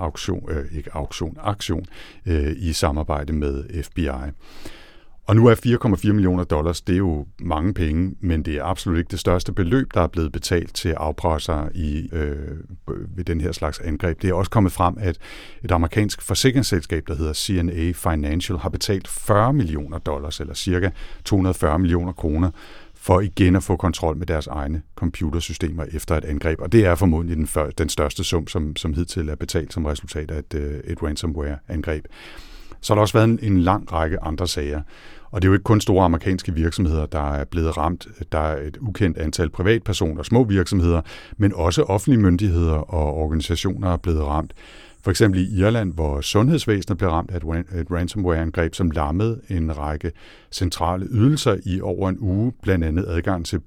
aktion i samarbejde med FBI. Og nu er $4,4 millioner, det er jo mange penge, men det er absolut ikke det største beløb, der er blevet betalt til afpressere ved den her slags angreb. Det er også kommet frem, at et amerikansk forsikringsselskab, der hedder CNA Financial, har betalt $40 millioner, eller cirka 240 millioner kroner, for igen at få kontrol med deres egne computersystemer efter et angreb. Og det er formodentlig den største sum, som hidtil er betalt som resultat af et ransomware-angreb. Så har der også været en lang række andre sager. Og det er jo ikke kun store amerikanske virksomheder, der er blevet ramt. Der er et ukendt antal privatpersoner og små virksomheder, men også offentlige myndigheder og organisationer er blevet ramt. For eksempel i Irland, hvor sundhedsvæsenet blev ramt af et ransomware-angreb, som lammede en række centrale ydelser i over en uge, blandt andet adgang til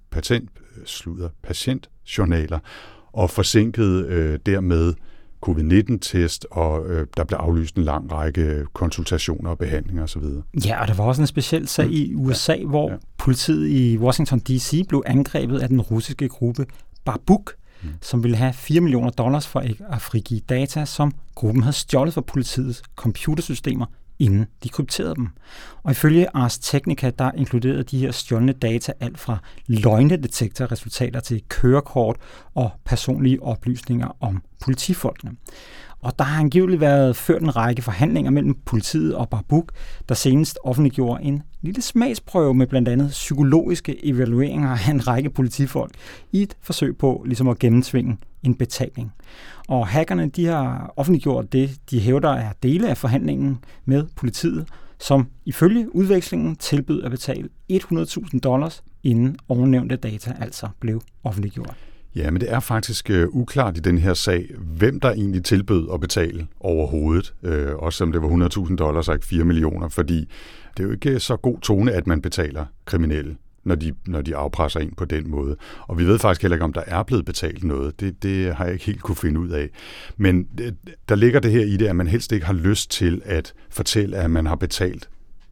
patientjournaler, og forsinkede dermed covid-19-test, og der blev aflyst en lang række konsultationer og behandlinger osv. Ja, og der var også en speciel sag i USA, hvor politiet i Washington D.C. blev angrebet af den russiske gruppe Barbuk, som ville have $4 millioner for at frigive data, som gruppen havde stjålet fra politiets computersystemer, inden de krypterede dem. Og ifølge Ars Technica, der inkluderede de her stjålne data alt fra løgnedetektorresultater til kørekort og personlige oplysninger om politifolkene. Og der har angiveligt været ført en række forhandlinger mellem politiet og Barbuk, der senest offentliggjorde en lille smagsprøve med blandt andet psykologiske evalueringer af en række politifolk i et forsøg på ligesom at gennemtvinge en betaling. Og hackerne, de har offentliggjort det, de hævder er dele af forhandlingen med politiet, som ifølge udvekslingen tilbød at betale $100,000, inden ovennævnte data altså blev offentliggjort. Ja, men det er faktisk uklart i den her sag, hvem der egentlig tilbød at betale overhovedet, også som det var $100,000 og ikke 4 millioner, fordi det er jo ikke så god tone, at man betaler kriminelle, når de afpresser en på den måde. Og vi ved faktisk heller ikke, om der er blevet betalt noget. Det har jeg ikke helt kunne finde ud af. Men der ligger det her i det, at man helst ikke har lyst til at fortælle, at man har betalt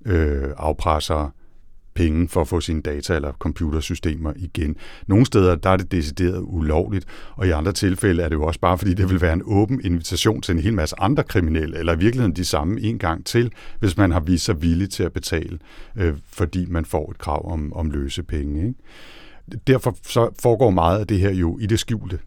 afpressere penge for at få sine data eller computersystemer igen. Nogle steder der er det decideret ulovligt, og i andre tilfælde er det jo også bare, fordi det vil være en åben invitation til en hel masse andre kriminelle, eller i virkeligheden de samme en gang til, hvis man har vist sig villig til at betale, fordi man får et krav om løse penge. Ikke? Derfor så foregår meget af det her jo i det skjulte.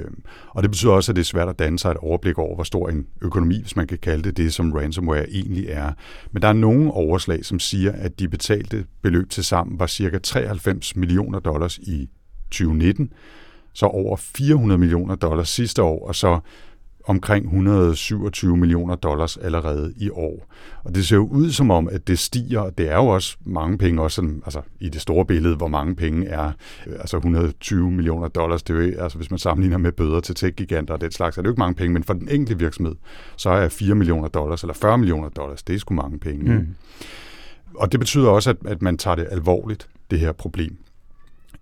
Og det betyder også, at det er svært at danne sig et overblik over, hvor stor en økonomi, hvis man kan kalde det, som ransomware egentlig er. Men der er nogle overslag, som siger, at de betalte beløb til sammen var ca. $93 millioner i 2019, så over $400 millioner sidste år, og så omkring $127 millioner allerede i år. Og det ser jo ud som om, at det stiger, og det er jo også mange penge, også sådan, altså i det store billede, hvor mange penge er, altså $120 millioner, det er jo, altså hvis man sammenligner med bøder til tech-giganter og den slags, er det jo ikke mange penge, men for den enkelte virksomhed, så er $4 millioner eller $40 millioner, det er sgu mange penge. Og det betyder også, at man tager det alvorligt, det her problem.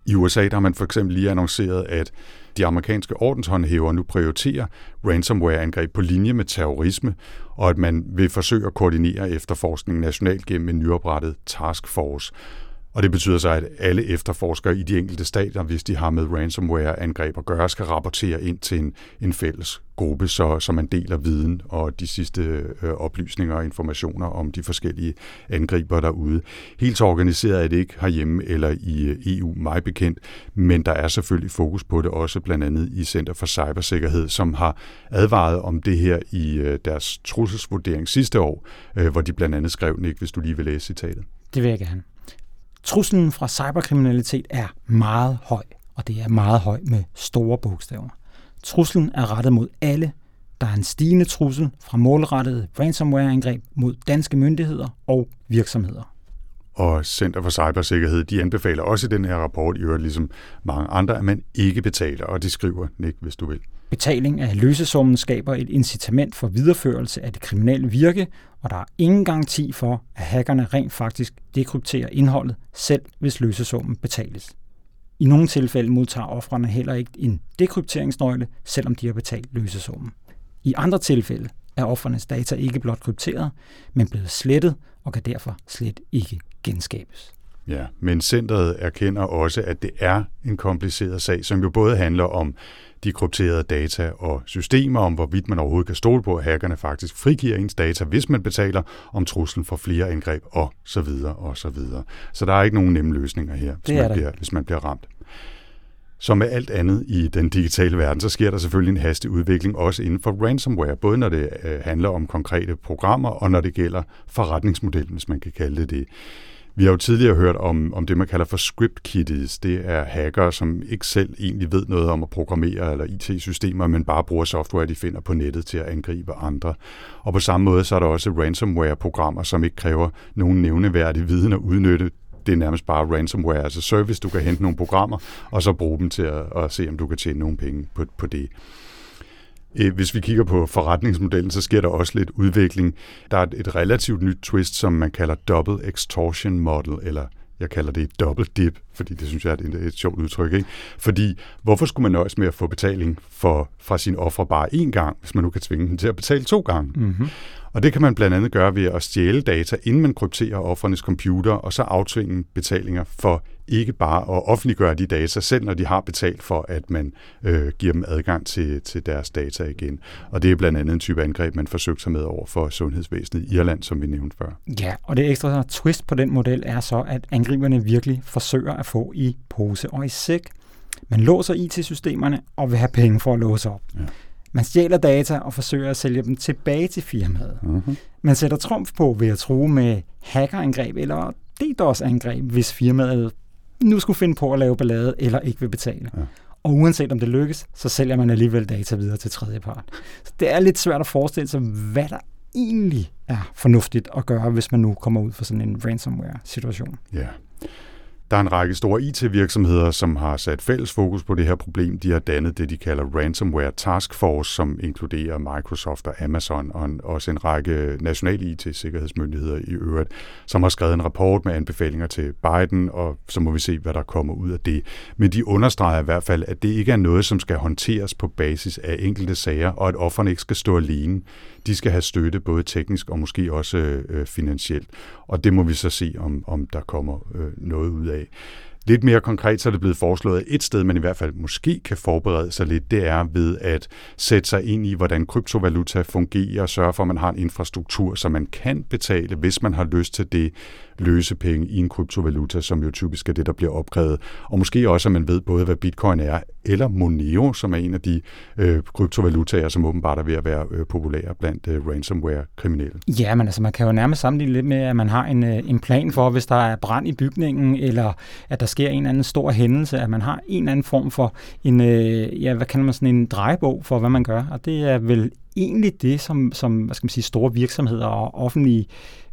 I USA der har man for eksempel lige annonceret, at de amerikanske ordenshåndhævere nu prioriterer ransomware-angreb på linje med terrorisme, og at man vil forsøge at koordinere efterforskningen nationalt gennem en nyoprettet taskforce. Og det betyder så, at alle efterforskere i de enkelte stater, hvis de har med ransomware-angreb at gøre, skal rapportere ind til en fælles gruppe, så man deler viden og de sidste oplysninger og informationer om de forskellige angriber derude. Helt så organiseret er det ikke herhjemme eller i EU, mig bekendt, men der er selvfølgelig fokus på det også, blandt andet i Center for Cybersikkerhed, som har advaret om det her i deres trusselsvurdering sidste år, hvor de blandt andet skrev, Nick, hvis du lige vil læse citatet. Det vil jeg gerne. Truslen fra cyberkriminalitet er meget høj, og det er meget høj med store bogstaver. Truslen er rettet mod alle. Der er en stigende trussel fra målrettede ransomware-angreb mod danske myndigheder og virksomheder. Og Center for Cybersikkerhed, de anbefaler også i den her rapport, i øvrigt ligesom mange andre, at man ikke betaler, og de skriver, Nick, hvis du vil. Betaling af løsesummen skaber et incitament for videreførelse af det kriminelle virke, og der er ingen garanti for, at hackerne rent faktisk dekrypterer indholdet, selv hvis løsesummen betales. I nogle tilfælde modtager ofrene heller ikke en dekrypteringsnøgle, selvom de har betalt løsesummen. I andre tilfælde er ofrenes data ikke blot krypteret, men blevet slettet og kan derfor slet ikke genskabes. Ja, men centret erkender også, at det er en kompliceret sag, som jo både handler om de krypterede data og systemer, om hvorvidt man overhovedet kan stole på, at hackerne faktisk frigiver ens data, hvis man betaler, om truslen for flere angreb og så videre og så videre. Så der er ikke nogen nemme løsninger her, hvis man bliver ramt. Som med alt andet i den digitale verden, så sker der selvfølgelig en hastig udvikling også inden for ransomware, både når det handler om konkrete programmer og når det gælder forretningsmodellen, hvis man kan kalde det det. Vi har jo tidligere hørt om det, man kalder for script kiddies. Det er hackere, som ikke selv egentlig ved noget om at programmere eller IT-systemer, men bare bruger software, de finder på nettet til at angribe andre. Og på samme måde så er der også ransomware-programmer, som ikke kræver nogen nævneværdig viden at udnytte. Det er nærmest bare ransomware, altså service. Du kan hente nogle programmer, og så bruge dem til at se, om du kan tjene nogle penge på det. Hvis vi kigger på forretningsmodellen, så sker der også lidt udvikling. Der er et relativt nyt twist, som man kalder double extortion model, eller jeg kalder det double dip, fordi det synes jeg er et sjovt udtryk, ikke? Fordi hvorfor skulle man nøjes med at få betaling fra sine ofre bare én gang, hvis man nu kan tvinge dem til at betale 2 gange? Mm-hmm. Og det kan man blandt andet gøre ved at stjæle data, inden man krypterer ofrenes computer, og så aftvinge betalinger for ikke bare at offentliggøre de data, selv når de har betalt for, at man giver dem adgang til deres data igen. Og det er blandt andet en type angreb, man forsøgte sig med over for sundhedsvæsenet i Irland, som vi nævnte før. Ja, og det ekstra twist på den model er så, at angriberne virkelig forsøger at få i pose og i sæk. Man låser IT-systemerne og vil have penge for at låse op. Ja. Man stjæler data og forsøger at sælge dem tilbage til firmaet. Uh-huh. Man sætter trumf på ved at true med hackerangreb eller DDoS-angreb, hvis firmaet nu skulle finde på at lave ballade eller ikke vil betale. Ja. Og uanset om det lykkes, så sælger man alligevel data videre til tredjepart. Så det er lidt svært at forestille sig, hvad der egentlig er fornuftigt at gøre, hvis man nu kommer ud for sådan en ransomware-situation. Ja. Der er en række store IT-virksomheder, som har sat fælles fokus på det her problem. De har dannet det, de kalder Ransomware Task Force, som inkluderer Microsoft og Amazon og også en række nationale IT-sikkerhedsmyndigheder i øvrigt, som har skrevet en rapport med anbefalinger til Biden, og så må vi se, hvad der kommer ud af det. Men de understreger i hvert fald, at det ikke er noget, som skal håndteres på basis af enkelte sager, og at offerne ikke skal stå alene. De skal have støtte både teknisk og måske også finansielt. Og det må vi så se, om der kommer noget ud af. Lidt mere konkret så er det blevet foreslået, at et sted, man i hvert fald måske kan forberede sig lidt, det er ved at sætte sig ind i, hvordan kryptovaluta fungerer, og sørge for, at man har en infrastruktur, så man kan betale, hvis man har lyst til det, løsepenge i en kryptovaluta, som jo typisk er det, der bliver opkrævet. Og måske også, at man ved både, hvad bitcoin er, eller Monero, som er en af de kryptovalutaer, som åbenbart er ved at være populære blandt ransomware-kriminelle. Ja, men altså man kan jo nærmest sammenligne lidt med, at man har en plan for, hvis der er brand i bygningen, eller at der sker en eller anden stor hændelse, at man har en eller anden form for en, hvad kalder man sådan en drejebog for, hvad man gør. Og det er vel egentlig det, som hvad skal man sige, store virksomheder og offentlige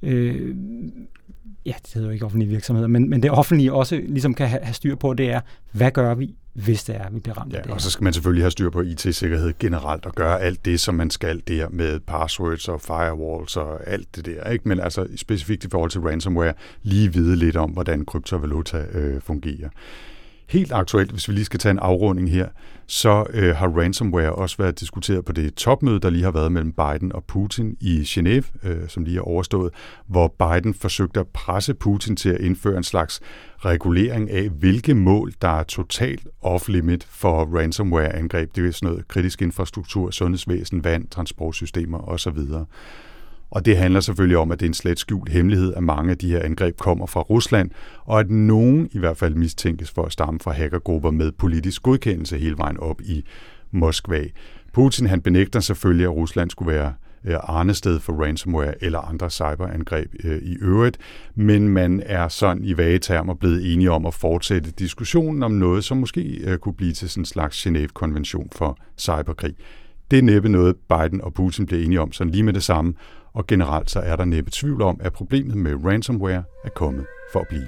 det hedder jo ikke offentlige virksomheder, men det offentlige også ligesom kan have styr på, det er, hvad gør vi, hvis det er, vi bliver ramt af det. Og så skal man selvfølgelig have styr på IT-sikkerhed generelt og gøre alt det, som man skal der med passwords og firewalls og alt det der, ikke? Men altså specifikt i forhold til ransomware, lige vide lidt om, hvordan kryptovaluta fungerer. Helt aktuelt, hvis vi lige skal tage en afrunding her, så har ransomware også været diskuteret på det topmøde, der lige har været mellem Biden og Putin i Genève, som lige er overstået, hvor Biden forsøgte at presse Putin til at indføre en slags regulering af, hvilke mål, der er totalt off-limit for ransomware-angreb. Det er sådan noget kritisk infrastruktur, sundhedsvæsen, vand, transportsystemer osv. Og det handler selvfølgelig om, at det er en slet skjult hemmelighed, at mange af de her angreb kommer fra Rusland, og at nogen i hvert fald mistænkes for at stamme fra hackergrupper med politisk godkendelse hele vejen op i Moskva. Putin han benægter selvfølgelig, at Rusland skulle være arnested for ransomware eller andre cyberangreb i øvrigt, men man er sådan i vage termer blevet enige om at fortsætte diskussionen om noget, som måske kunne blive til sådan en slags Genève-konvention for cyberkrig. Det er næppe noget, Biden og Putin bliver enige om sådan lige med det samme, og generelt så er der næppe tvivl om, at problemet med ransomware er kommet for at blive.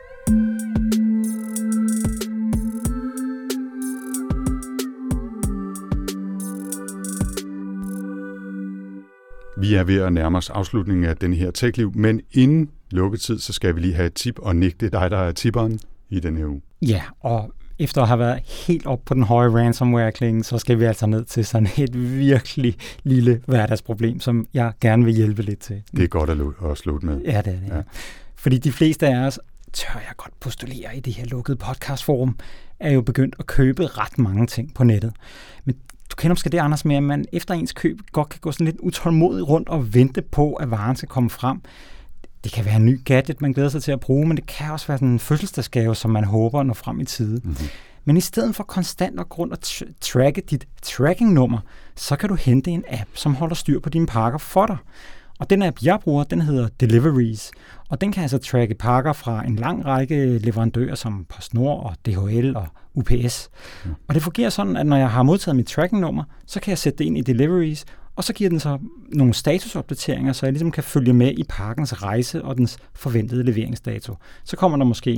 Vi er ved at nærme os afslutningen af denne her TechLiv, men inden lukketid, så skal vi lige have et tip, og Nick, det er dig, der er tipperen i denne her uge. Ja, og efter at have været helt op på den høje ransomware-klinge, så skal vi altså ned til sådan et virkelig lille hverdagsproblem, som jeg gerne vil hjælpe lidt til. Det er godt at slutte med. Ja, det er det. Ja. Fordi de fleste af os, tør jeg godt postulere i det her lukkede podcastforum, er jo begyndt at købe ret mange ting på nettet. Men du kender måske det, Anders, med, at man efter ens køb godt kan gå sådan lidt utålmodig rundt og vente på, at varen skal komme frem. Det kan være en ny gadget, man glæder sig til at bruge, men det kan også være sådan en fødselsdagsgave, som man håber når frem i tide. Mm-hmm. Men i stedet for konstant at grund at tracke dit tracking-nummer, så kan du hente en app, som holder styr på dine pakker for dig. Og den app, jeg bruger, den hedder Deliveries, og den kan altså tracke pakker fra en lang række leverandører som PostNord og DHL og UPS. Mm. Og det fungerer sådan, at når jeg har modtaget mit tracking-nummer, så kan jeg sætte det ind i Deliveries, og så giver den så nogle statusopdateringer, så jeg ligesom kan følge med i pakkens rejse og dens forventede leveringsdato. Så kommer der måske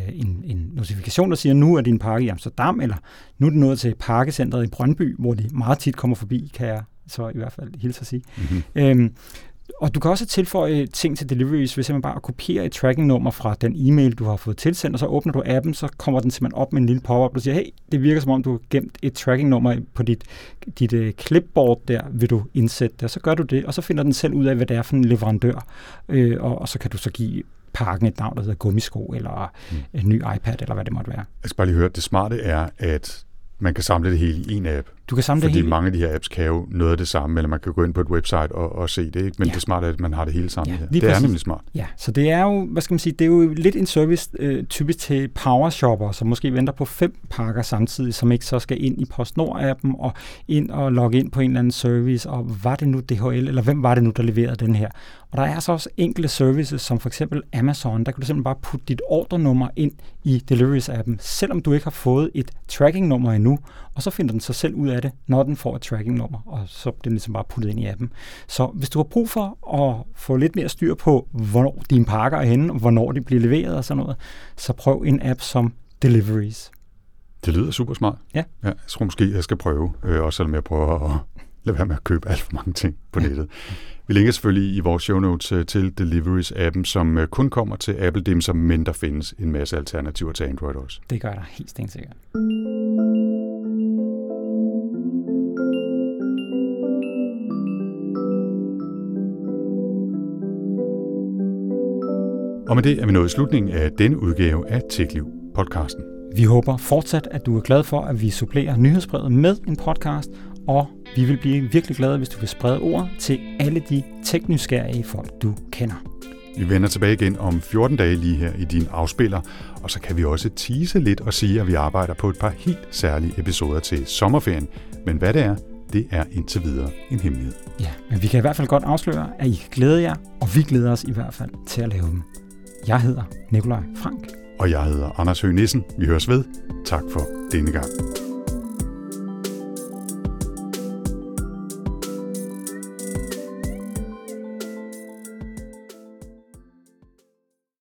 en notifikation, der siger, nu er din pakke i Amsterdam, eller nu er det nået til pakkecentret i Brøndby, hvor de meget tit kommer forbi, kan jeg så i hvert fald hilse at sige. Mm-hmm. Og du kan også tilføje ting til Deliveries, hvis man bare kopierer et tracking-nummer fra den e-mail, du har fået tilsendt, og så åbner du appen, så kommer den simpelthen op med en lille pop-up, der siger, hey, det virker som om, du har gemt et tracking-nummer på dit clipboard der, vil du indsætte det, og så gør du det, og så finder den selv ud af, hvad det er for en leverandør, og så kan du så give pakken et navn, der hedder gummisko, eller en ny iPad, eller hvad det måtte være. Jeg skal bare lige høre, det smarte er, at man kan samle det hele i en app. Du kan samle det hele. Fordi mange af de her apps kan jo noget af det samme, eller man kan gå ind på et website og se det, ikke? Men det smarte er, at man har det hele sammen her. Det er nemlig smart. Ja, så det er jo, hvad skal man sige, det er jo lidt en service typisk til powershopper, som måske venter på 5 pakker samtidig, som ikke så skal ind i PostNord-appen og ind og logge ind på en eller anden service, og var det nu DHL, eller hvem var det nu, der leverede den her? Og der er så også enkelte services, som for eksempel Amazon, der kan du simpelthen bare putte dit ordrenummer ind i Deliveries-appen, selvom du ikke har fået et tracking-nummer endnu, og så finder den sig selv ud af det, når den får et tracking-nummer, og så bliver den ligesom bare puttet ind i appen. Så hvis du har brug for at få lidt mere styr på, hvornår dine pakker er henne, og hvornår de bliver leveret og sådan noget, så prøv en app som Deliveries. Det lyder super smart. Ja. Jeg tror måske, jeg skal prøve, også selvom jeg prøver at lade være med at købe alt for mange ting på nettet. Vi linker selvfølgelig i vores show notes til Deliveries-appen, som kun kommer til Apple dimser, men der findes en masse alternativer til Android også. Det gør der helt stensikkert. Og med det er vi nået i slutningen af denne udgave af TechLiv-podcasten. Vi håber fortsat, at du er glad for, at vi supplerer nyhedsbrevet med en podcast, og vi vil blive virkelig glade, hvis du vil sprede ord til alle de tech-nysgerrige folk, du kender. Vi vender tilbage igen om 14 dage lige her i din afspiller, og så kan vi også tease lidt og sige, at vi arbejder på et par helt særlige episoder til sommerferien. Men hvad det er indtil videre en hemmelighed. Ja, men vi kan i hvert fald godt afsløre, at I kan glæde jer, og vi glæder os i hvert fald til at lave dem. Jeg hedder Nikolaj Frank. Og jeg hedder Anders Høgh Nissen. Vi høres ved. Tak for denne gang.